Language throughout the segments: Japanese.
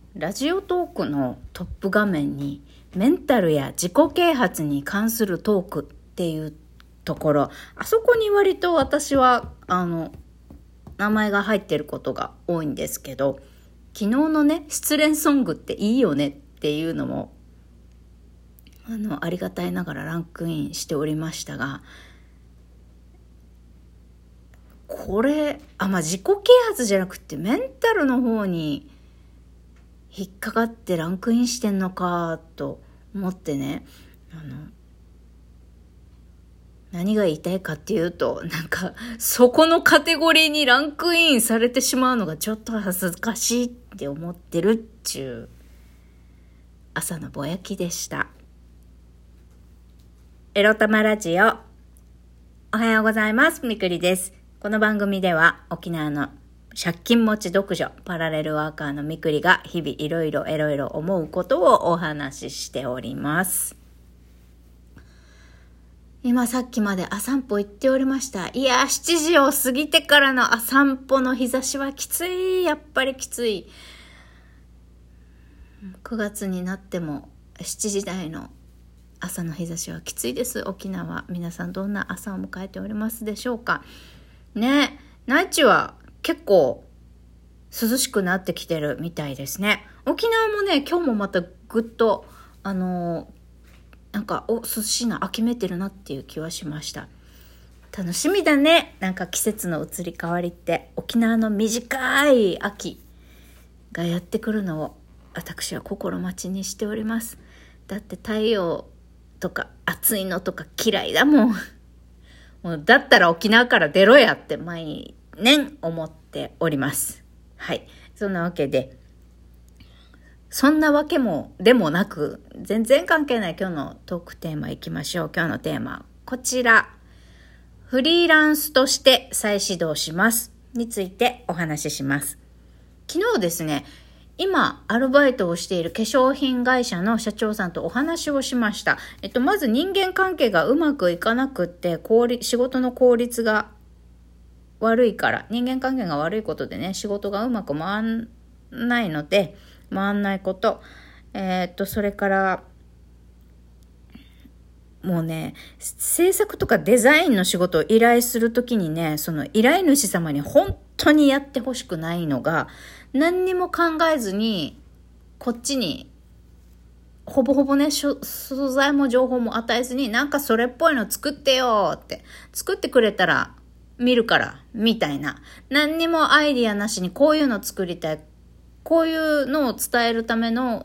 ラジオトークのトップ画面にメンタルや自己啓発に関するトークっていうところ、あそこに割と私は名前が入ってることが多いんですけど、昨日のね失恋ソングっていいよねっていうのもありがたいながらランクインしておりましたが、これ自己啓発じゃなくてメンタルの方に引っかかってランクインしてんのかと思ってね、何が言いたいかっていうと、そこのカテゴリーにランクインされてしまうのがちょっと恥ずかしいって思ってるっちゅう朝のぼやきでした。エロ玉ラジオ、おはようございます。みくりです。この番組では沖縄の借金持ち独女パラレルワーカーのみくりが日々いろいろ思うことをお話ししております。今さっきまで朝散歩行っておりました。いや、7時を過ぎてからの朝散歩の日差しはきつい。やっぱりきつい。9月になっても7時台の朝の日差しはきついです。沖縄、皆さんどんな朝を迎えておりますでしょうかね。内地は結構涼しくなってきてるみたいですね。沖縄もね、今日もまたぐっと涼しいな、秋めてるなっていう気はしました。楽しみだね。季節の移り変わりって沖縄の短い秋がやってくるのを私は心待ちにしております。だって太陽とか暑いのとか嫌いだもん。もうだったら沖縄から出ろやって毎年思っております。はい。そんなわけで、そんなわけもでもなく、全然関係ない今日のトークテーマいきましょう。今日のテーマ、こちら。フリーランスとして再始動しますについてお話しします。昨日ですね、今アルバイトをしている化粧品会社の社長さんとお話をしました。まず人間関係がうまくいかなくって仕事の効率が悪いから、人間関係が悪いことでね、仕事がうまく回んないので、回んないこと。それからもうね、制作とかデザインの仕事を依頼するときにね、その依頼主様に本当にやってほしくないのが、何にも考えずにこっちにほぼほぼね、素材も情報も与えずに、それっぽいの作ってよって作ってくれたら見るからみたいな、何にもアイディアなしにこういうの作りたい、こういうのを伝えるための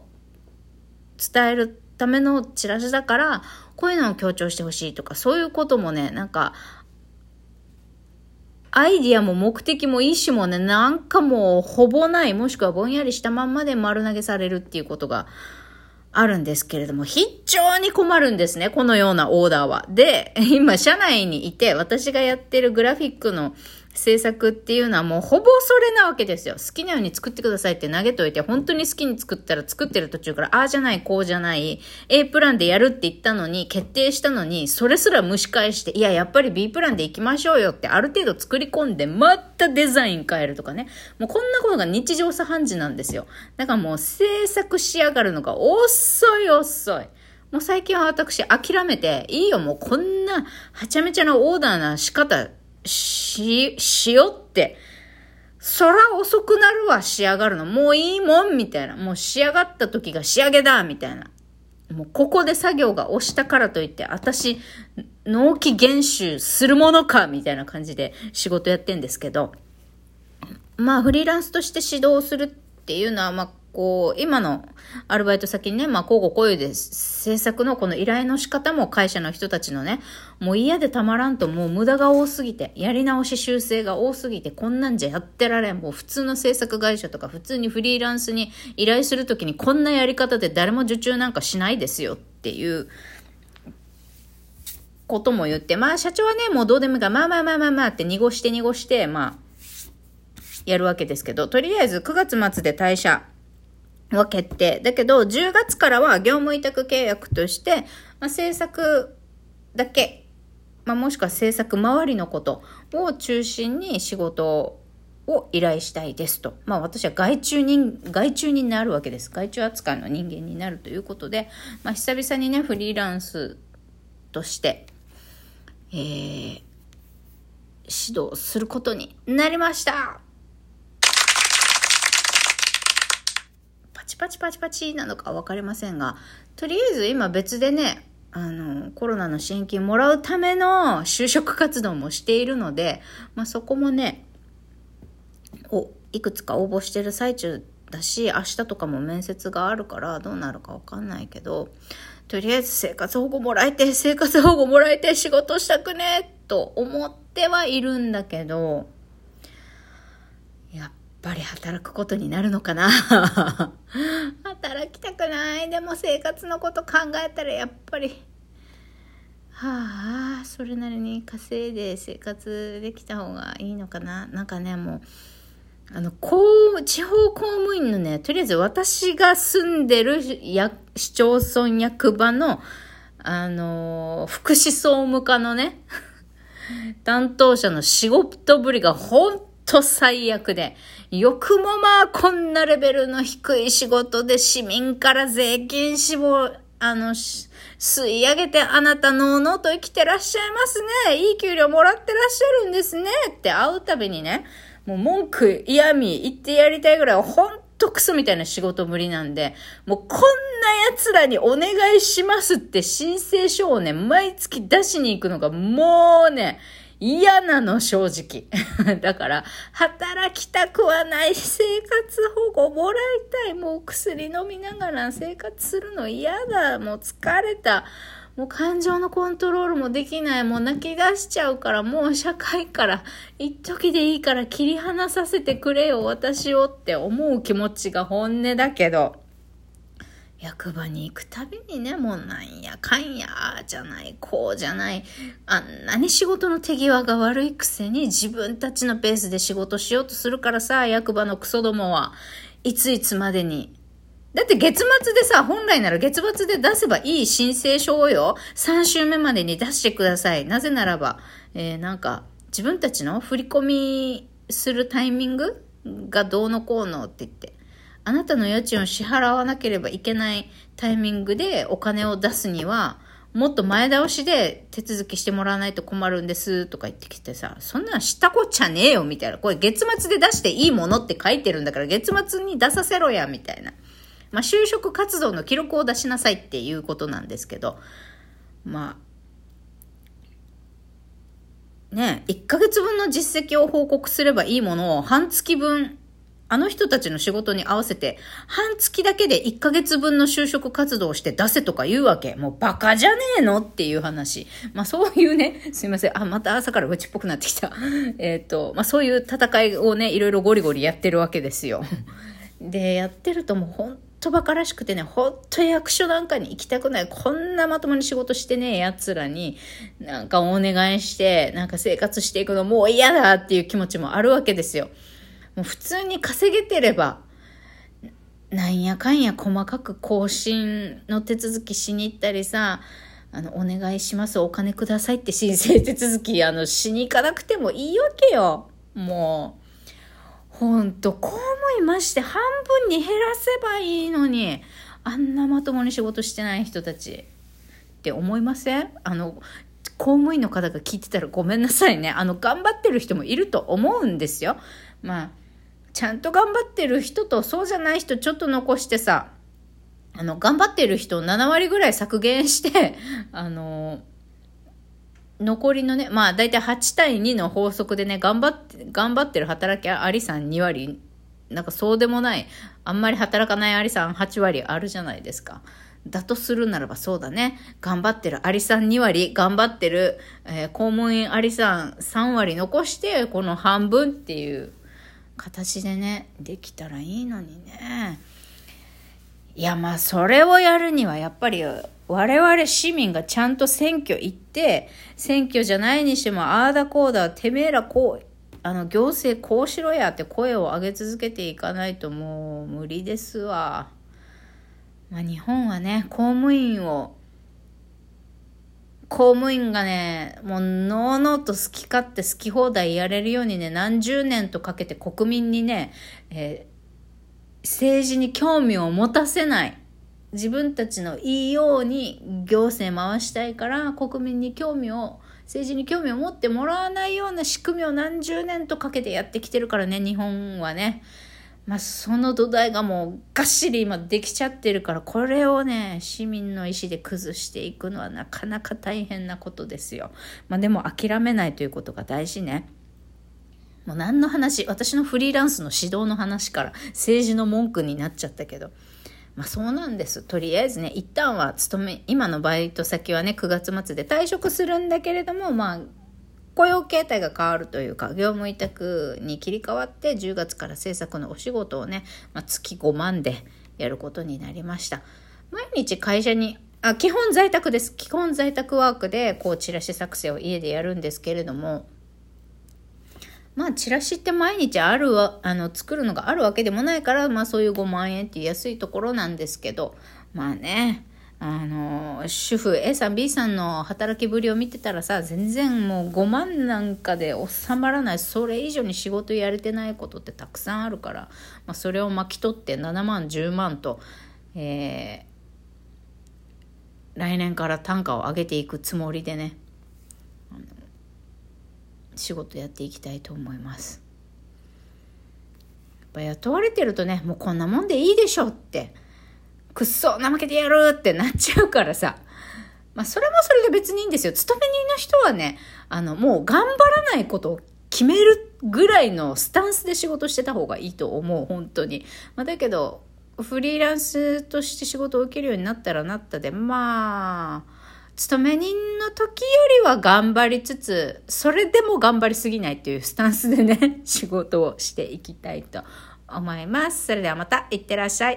チラシだからこういうのを強調してほしいとか、そういうこともね、アイディアも目的も意思もね、もうほぼない、もしくはぼんやりしたまんまで丸投げされるっていうことがあるんですけれども、非常に困るんですね、このようなオーダーは。で、今社内にいて私がやってるグラフィックの制作っていうのはもうほぼそれなわけですよ。好きなように作ってくださいって投げといて、本当に好きに作ったら作ってる途中からああじゃないこうじゃない A プランでやるって言ったのに、決定したのにそれすら蒸し返して、やっぱり B プランで行きましょうよってある程度作り込んで、またデザイン変えるとかね、もうこんなことが日常茶飯事なんですよ。だからもう制作し上がるのが遅い。もう最近は私諦めて、いいよもうこんなはちゃめちゃなオーダーな仕方しよって、そら遅くなるわ仕上がるの、もういいもんみたいな、もう仕上がった時が仕上げだみたいな、もうここで作業が押したからといって私納期厳守するものかみたいな感じで仕事やってんですけど、フリーランスとして指導するっていうのは今のアルバイト先にね、交互こういうで制作のこの依頼の仕方も会社の人たちのね、もう嫌でたまらんと、もう無駄が多すぎて、やり直し修正が多すぎて、こんなんじゃやってられん。もう普通の制作会社とか普通にフリーランスに依頼するときにこんなやり方で誰も受注なんかしないですよっていうことも言って、社長はね、もうどうでもいいからって濁してやるわけですけど、とりあえず9月末で退社は決定。だけど、10月からは業務委託契約として、制作だけ、もしくは制作周りのことを中心に仕事を依頼したいですと。私は外注になるわけです。外注扱いの人間になるということで、久々にね、フリーランスとして、指導することになりました。パチパチパチパチなのか分かりませんが、とりあえず今別でね、コロナの支援金もらうための就職活動もしているので、そこもね、いくつか応募してる最中だし、明日とかも面接があるからどうなるか分かんないけど、とりあえず生活保護もらえて仕事したくねと思ってはいるんだけど、やっぱり働くことになるのかな働きたくない。でも生活のこと考えたらやっぱりそれなりに稼いで生活できた方がいいのかな。なんかね、もう地方公務員のね、とりあえず私が住んでる市町村役場の福祉総務課のね担当者の仕事ぶりがほんと最悪で、よくもこんなレベルの低い仕事で市民から税金吸い上げてあなたのうのうと生きてらっしゃいますね。いい給料もらってらっしゃるんですねって会うたびにね、もう文句嫌味言ってやりたいぐらいほんとクソみたいな仕事ぶりなんで、もうこんな奴らにお願いしますって申請書をね、毎月出しに行くのがもうね、嫌なの正直。だから、働きたくはない、生活保護もらいたい、もう薬飲みながら生活するの嫌だ、もう疲れた。もう感情のコントロールもできない。もう泣き出しちゃうから、もう社会から一時でいいから切り離させてくれよ、私をって思う気持ちが本音だけど、役場に行くたびにね、もうなんやかんやじゃない、こうじゃない、あんなに仕事の手際が悪いくせに自分たちのペースで仕事しようとするからさ、役場のクソどもはいついつまでに。だって月末でさ、本来なら月末で出せばいい申請書をよ、3週目までに出してください。なぜならば、なんか自分たちの振り込みするタイミングがどうのこうのって言って、あなたの家賃を支払わなければいけないタイミングでお金を出すには、もっと前倒しで手続きしてもらわないと困るんですとか言ってきてさ、そんなん知ったこっちゃねえよみたいな。これ月末で出していいものって書いてるんだから月末に出させろやみたいな。就職活動の記録を出しなさいっていうことなんですけど、1ヶ月分の実績を報告すればいいものを半月分、あの人たちの仕事に合わせて半月だけで1ヶ月分の就職活動をして出せとか言うわけ。もうバカじゃねえのっていう話。そういうね、すいません。また朝から愚痴っぽくなってきた。そういう戦いをね、いろいろゴリゴリやってるわけですよ。で、やってるともう本当バカらしくてね、本当役所なんかに行きたくない。こんなまともに仕事してねえ奴らになんかお願いして、なんか生活していくのもう嫌だっていう気持ちもあるわけですよ。もう普通に稼げてれば、なんやかんや細かく更新の手続きしに行ったりさ、お願いします、お金くださいって申請手続き、しに行かなくてもいいわけよ。もう、ほんと、公務員まして半分に減らせばいいのに、あんなまともに仕事してない人たちって思いません？公務員の方が聞いてたらごめんなさいね。頑張ってる人もいると思うんですよ。ちゃんと頑張ってる人とそうじゃない人ちょっと残してさ、頑張ってる人を7割ぐらい削減して、残りのね、だいたい8対2の法則でね、頑張ってる働きありさん2割、なんかそうでもない、あんまり働かないありさん8割あるじゃないですか。だとするならばそうだね。頑張ってるアリさん2割、頑張ってる、公務員アリさん3割残して、この半分っていう形でね、できたらいいのにね。いや、それをやるにはやっぱり我々市民がちゃんと選挙行って、選挙じゃないにしてもああだこうだ、てめえらこう、行政こうしろやって声を上げ続けていかないともう無理ですわ。日本はね、公務員を公務員がね、もうのうのうと好き勝手好き放題やれるようにね、何十年とかけて国民にね、政治に興味を持たせない。自分たちのいいように行政回したいから、国民に政治に興味を持ってもらわないような仕組みを何十年とかけてやってきてるからね、日本はね。その土台がもうがっしり今できちゃってるから、これをね、市民の意思で崩していくのはなかなか大変なことですよ。でも諦めないということが大事ね。もう何の話、私のフリーランスの指導の話から政治の文句になっちゃったけど、そうなんです。とりあえずね、一旦は今のバイト先はね、9月末で退職するんだけれども、雇用形態が変わるというか、業務委託に切り替わって、10月から制作のお仕事をね、月5万でやることになりました。毎日会社に、基本在宅です。基本在宅ワークで、チラシ作成を家でやるんですけれども、チラシって毎日作るのがあるわけでもないから、そういう5万円っていう安いところなんですけど、主婦 A さん B さんの働きぶりを見てたらさ、全然もう5万なんかで収まらない、それ以上に仕事やれてないことってたくさんあるから、それを巻き取って7万10万と、来年から単価を上げていくつもりでね、仕事やっていきたいと思います。やっぱ雇われてるとね、もうこんなもんでいいでしょって、くっそ怠けてやるってなっちゃうからさ、それもそれで別にいいんですよ。勤め人の人はね、もう頑張らないことを決めるぐらいのスタンスで仕事してた方がいいと思う、本当に。だけどフリーランスとして仕事を受けるようになったらなったで、勤め人の時よりは頑張りつつ、それでも頑張りすぎないっていうスタンスでね、仕事をしていきたいと思います。それではまた、いってらっしゃい。